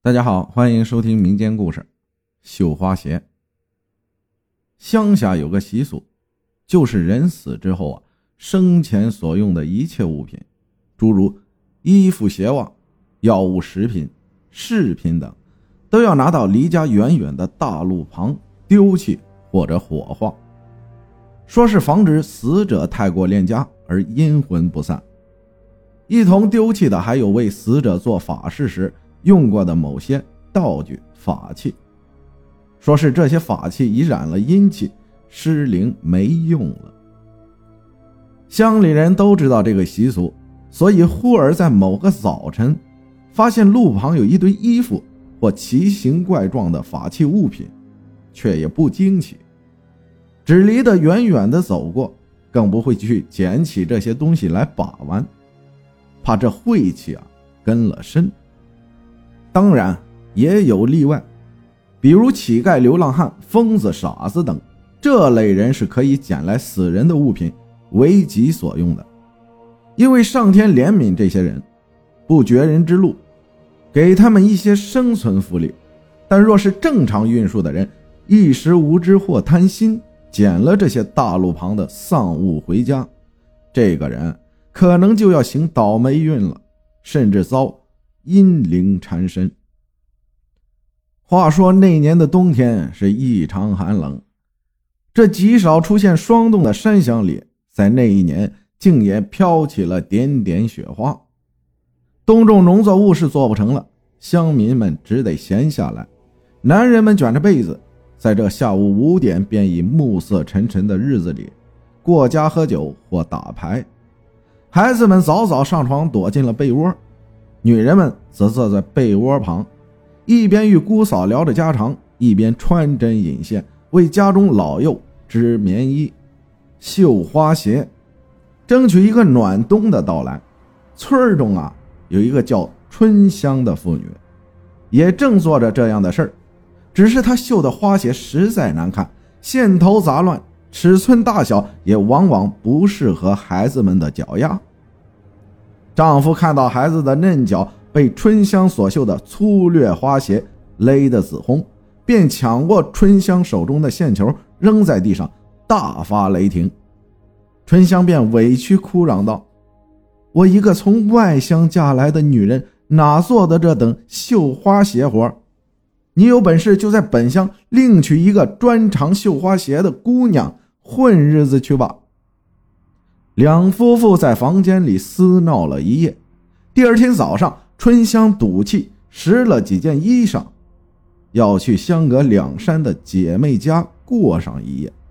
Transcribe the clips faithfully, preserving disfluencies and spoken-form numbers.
大家好，欢迎收听民间故事绣花鞋。乡下有个习俗，就是人死之后啊，生前所用的一切物品，诸如衣服鞋袜、药物食品、饰品等，都要拿到离家远远的大路旁丢弃或者火化，说是防止死者太过恋家而阴魂不散。一同丢弃的还有为死者做法事时用过的某些道具法器，说是这些法器已染了阴气，失灵没用了。乡里人都知道这个习俗，所以忽而在某个早晨发现路旁有一堆衣服或奇形怪状的法器物品，却也不惊奇，只离得远远地走过，更不会去捡起这些东西来把玩，怕这晦气啊跟了身。当然也有例外，比如乞丐、流浪汉、疯子、傻子等，这类人是可以捡来死人的物品为己所用的，因为上天怜悯这些人，不绝人之路，给他们一些生存福利。但若是正常运输的人一时无知或贪心，捡了这些大路旁的丧物回家，这个人可能就要行倒霉运了，甚至遭阴灵缠身。话说那年的冬天是异常寒冷，这极少出现霜冻的山乡里，在那一年竟也飘起了点点雪花。冬种农作物是做不成了，乡民们只得闲下来，男人们卷着被子，在这下午五点便以暮色沉沉的日子里过家喝酒或打牌。孩子们早早上床躲进了被窝，女人们则坐在被窝旁，一边与姑嫂聊着家常，一边穿针引线，为家中老幼织棉衣、绣花鞋，争取一个暖冬的到来。村中啊，有一个叫春香的妇女，也正做着这样的事儿，只是她绣的花鞋实在难看，线头杂乱，尺寸大小也往往不适合孩子们的脚丫。丈夫看到孩子的嫩脚被春香所绣的粗略花鞋勒得紫红，便抢过春香手中的线球扔在地上，大发雷霆。春香便委屈哭嚷道：我一个从外乡嫁来的女人，哪做的这等绣花鞋活？你有本事就在本乡另娶一个专长绣花鞋的姑娘混日子去吧。两夫妇在房间里厮闹了一夜，第二天早上，春香赌气拾了几件衣裳，要去相隔两山的姐妹家过上一夜。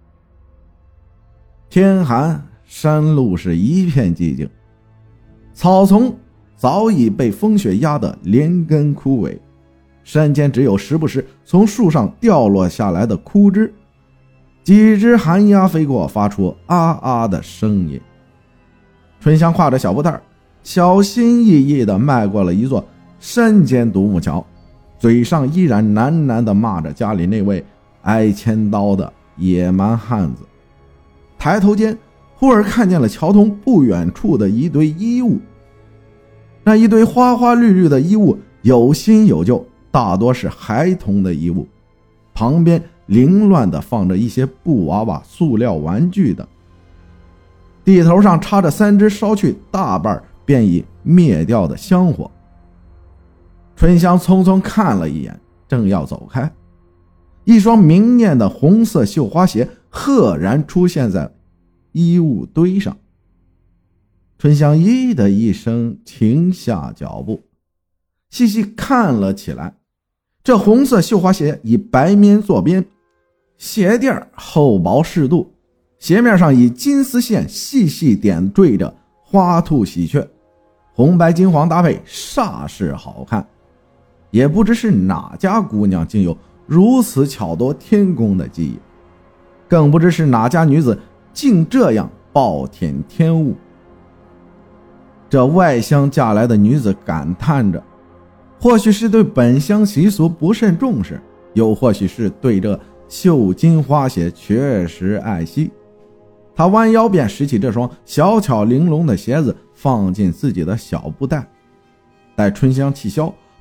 天寒，山路是一片寂静，草丛早已被风雪压得连根枯萎，山间只有时不时从树上掉落下来的枯枝，几只寒鸦飞过，发出啊啊的声音。春香挎着小布袋，小心翼翼地迈过了一座山间独木桥，嘴上依然喃喃地骂着家里那位挨千刀的野蛮汉子。抬头间忽而看见了桥头不远处的一堆衣物，那一堆花花绿绿的衣物有新有旧，大多是孩童的衣物，旁边凌乱地放着一些布娃娃、塑料玩具等，地头上插着三只烧去大半便已灭掉的香火。春香匆匆看了一眼，正要走开，一双明艳的红色绣花鞋赫然出现在衣物堆上。春香咦的一声停下脚步，细细看了起来。这红色绣花鞋以白面做边，鞋垫厚薄适度，鞋面上以金丝线细细点缀着花兔喜鹊，红白金黄搭配，煞是好看。也不知是哪家姑娘竟有如此巧夺天工的技艺，更不知是哪家女子竟这样暴殄天物。这外乡嫁来的女子感叹着，或许是对本乡习俗不甚重视，又或许是对这绣金花鞋确实爱惜。她弯腰便拾起这双小巧玲珑的鞋子，放进自己的小布袋。待春香气消，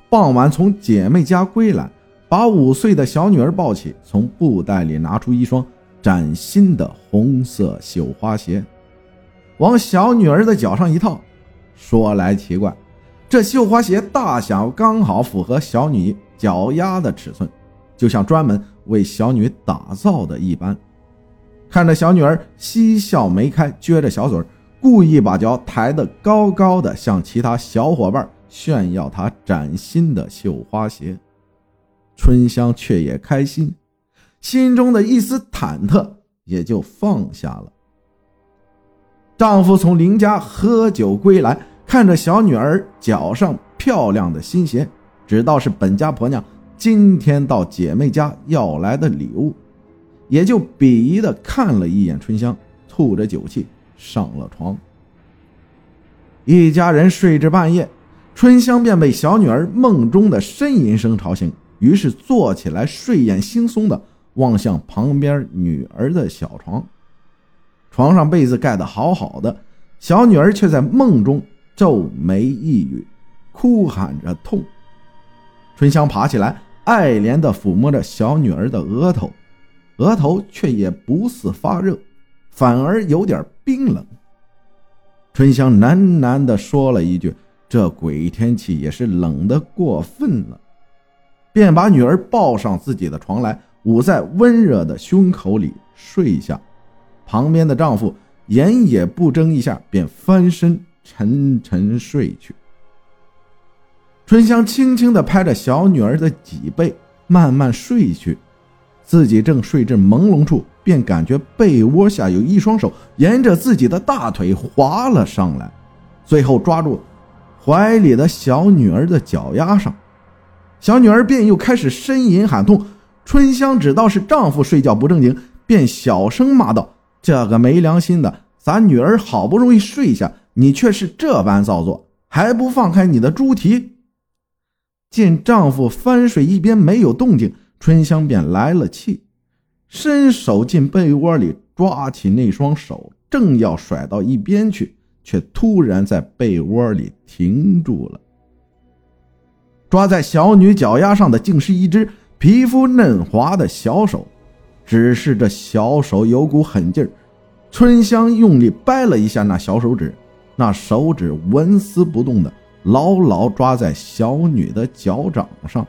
傍晚从姐妹家归来，把五岁的小女儿抱起，从布袋里拿出一双崭新的红色绣花鞋，往小女儿的脚上一套。说来奇怪，这绣花鞋大小刚好符合小女脚丫的尺寸，就像专门为小女打造的一般。看着小女儿嬉笑眉开，撅着小嘴，故意把脚抬得高高的，向其他小伙伴炫耀她崭新的绣花鞋。春香却也开心，心中的一丝忐忑也就放下了。丈夫从邻家喝酒归来，看着小女儿脚上漂亮的新鞋，知道是本家婆娘今天到姐妹家要来的礼物，也就鄙夷地看了一眼春香，吐着酒气上了床。一家人睡至半夜，春香便被小女儿梦中的呻吟声吵醒，于是坐起来，睡眼惺忪地望向旁边女儿的小床。床上被子盖得好好的，小女儿却在梦中皱眉抑语，哭喊着痛。春香爬起来，爱怜地抚摸着小女儿的额头，额头却也不似发热，反而有点冰冷。春香喃喃地说了一句，这鬼天气也是冷得过分了，便把女儿抱上自己的床来，捂在温热的胸口里睡下。旁边的丈夫眼也不睁一下，便翻身沉沉睡去。春香轻轻地拍着小女儿的脊背，慢慢睡去。自己正睡至朦胧处，便感觉被窝下有一双手沿着自己的大腿滑了上来，最后抓住怀里的小女儿的脚丫上。小女儿便又开始呻吟喊痛。春香知道是丈夫睡觉不正经，便小声骂道，这个没良心的，咱女儿好不容易睡下，你却是这般造作，还不放开你的猪蹄。见丈夫翻睡一边没有动静，春香便来了气，伸手进被窝里抓起那双手，正要甩到一边去，却突然在被窝里停住了。抓在小女脚丫上的竟是一只皮肤嫩滑的小手，只是这小手有股狠劲儿，春香用力掰了一下那小手指，那手指纹丝不动的牢牢抓在小女的脚掌上。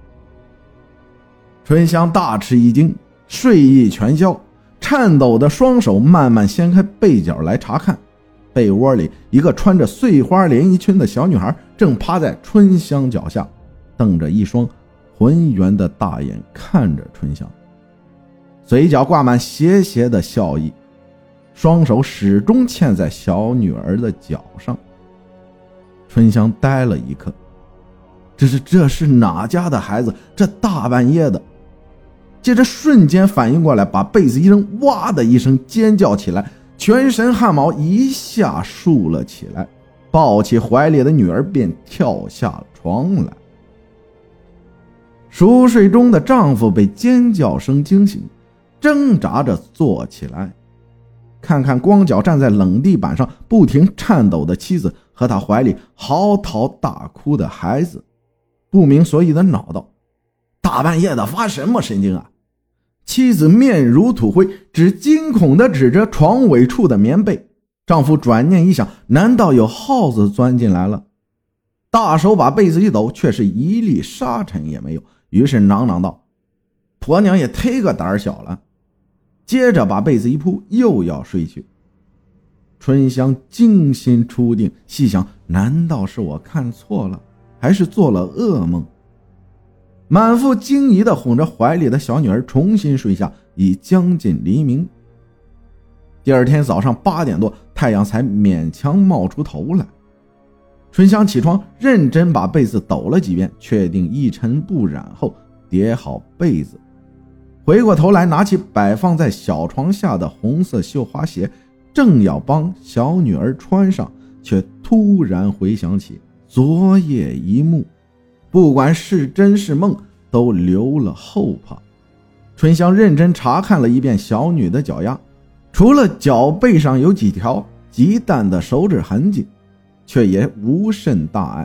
春香大吃一惊，睡意全消，颤抖的双手慢慢掀开被角来查看。被窝里一个穿着碎花连衣裙的小女孩正趴在春香脚下，瞪着一双浑圆的大眼看着春香，嘴角挂满邪邪的笑意，双手始终嵌在小女儿的脚上。春香呆了一刻，这是这是哪家的孩子，这大半夜的。接着瞬间反应过来，把被子一扔，哇的一声尖叫起来，全身汗毛一下竖了起来，抱起怀里的女儿便跳下床来。熟睡中的丈夫被尖叫声惊醒，挣扎着坐起来，看看光脚站在冷地板上不停颤抖的妻子和他怀里嚎啕大哭的孩子，不明所以的恼道，大半夜的发什么神经啊？妻子面如土灰，只惊恐地指着床尾处的棉被。丈夫转念一想，难道有耗子钻进来了？大手把被子一抖，却是一粒沙尘也没有，于是嚷嚷道，婆娘也忒个胆小了。接着把被子一铺，又要睡去。春香精心初定，细想，难道是我看错了，还是做了噩梦？满腹惊疑地哄着怀里的小女儿重新睡下，已将近黎明。第二天早上八点多，太阳才勉强冒出头来。春香起床，认真把被子抖了几遍，确定一尘不染后，叠好被子，回过头来拿起摆放在小床下的红色绣花鞋，正要帮小女儿穿上，却突然回想起昨夜一幕，不管是真是梦，都留了后怕。春香认真查看了一遍小女的脚丫，除了脚背上有几条极淡的手指痕迹，却也无甚大碍，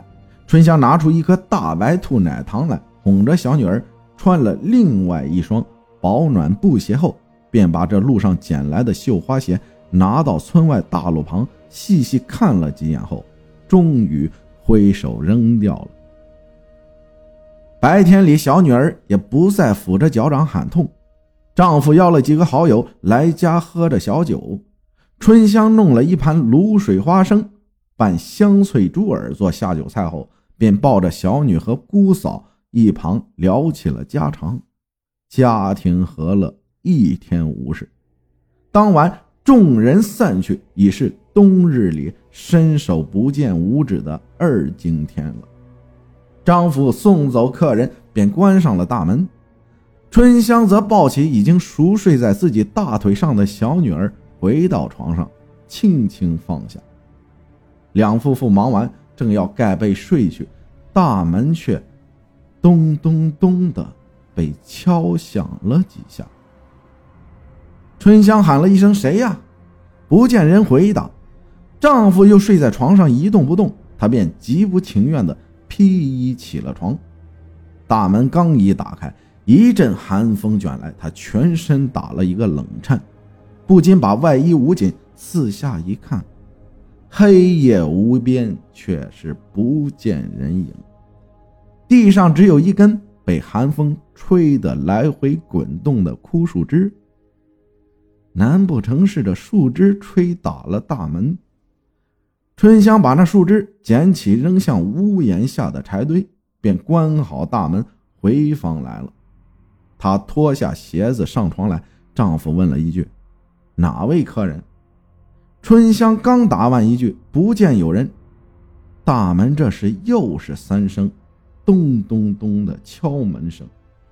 春香拿出一颗大白兔奶糖来，哄着小女儿穿了另外一双保暖布鞋后，便把这路上捡来的绣花鞋拿到村外大路旁细细看了几眼后，终于挥手扔掉了。白天里小女儿也不再抚着脚掌喊痛，丈夫邀了几个好友来家喝着小酒，春香弄了一盘卤水花生拌香脆猪耳做下酒菜后，便抱着小女和姑嫂一旁聊起了家常，家庭和乐，一天无事。当晚众人散去，已是冬日里伸手不见五指的二更天了。丈夫送走客人，便关上了大门。春香则抱起已经熟睡在自己大腿上的小女儿，回到床上，轻轻放下。两夫妇忙完，正要盖被睡去，大门却咚咚咚的被敲响了几下。春香喊了一声谁呀？不见人回答，丈夫又睡在床上一动不动，她便极不情愿地披衣起了床。大门刚一打开，一阵寒风卷来，她全身打了一个冷颤，不禁把外衣捂紧，四下一看，黑夜无边，却是不见人影。地上只有一根被寒风吹得来回滚动的枯树枝，难不成是这树枝吹打了大门？春香把那树枝捡起扔向屋檐下的柴堆，便关好大门回房来了。她脱下鞋子上床来，丈夫问了一句：哪位客人？春香刚答完一句不见有人，大门这时又是三声咚咚咚的敲门声。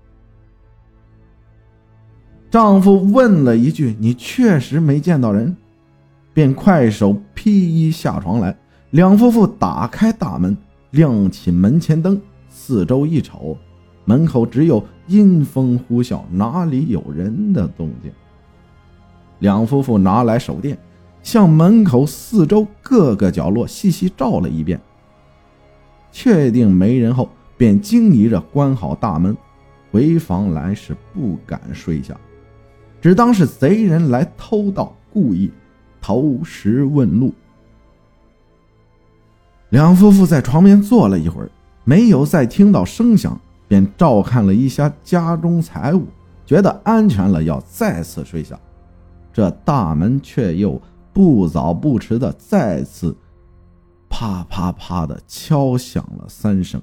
丈夫问了一句：你确实没见到人？便快手披衣下床来。两夫妇打开大门，亮起门前灯，四周一瞅，门口只有阴风呼啸，哪里有人的动静？两夫妇拿来手电，向门口四周各个角落细细照了一遍，确定没人后，便惊疑着关好大门，回房来是不敢睡下，只当是贼人来偷盗，故意投石问路。两夫妇在床边坐了一会儿，没有再听到声响，便照看了一下家中财物，觉得安全了，要再次睡下。这大门却又不早不迟的再次啪啪啪的敲响了三声。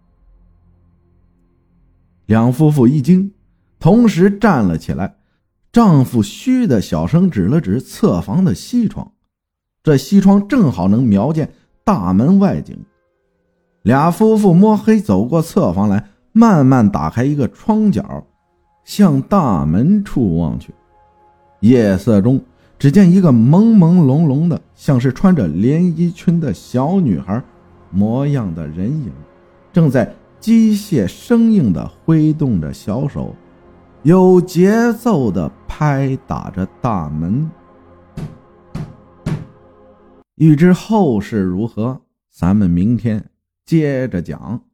两夫妇一惊，同时站了起来。丈夫虚的小声指了指侧房的西窗，这西窗正好能瞄见大门外景。俩夫妇摸黑走过侧房来，慢慢打开一个窗角，向大门处望去。夜色中，只见一个朦朦胧胧的，像是穿着连衣裙的小女孩模样的人影，正在机械生硬地挥动着小手，有节奏地拍打着大门。欲知后事如何，咱们明天接着讲。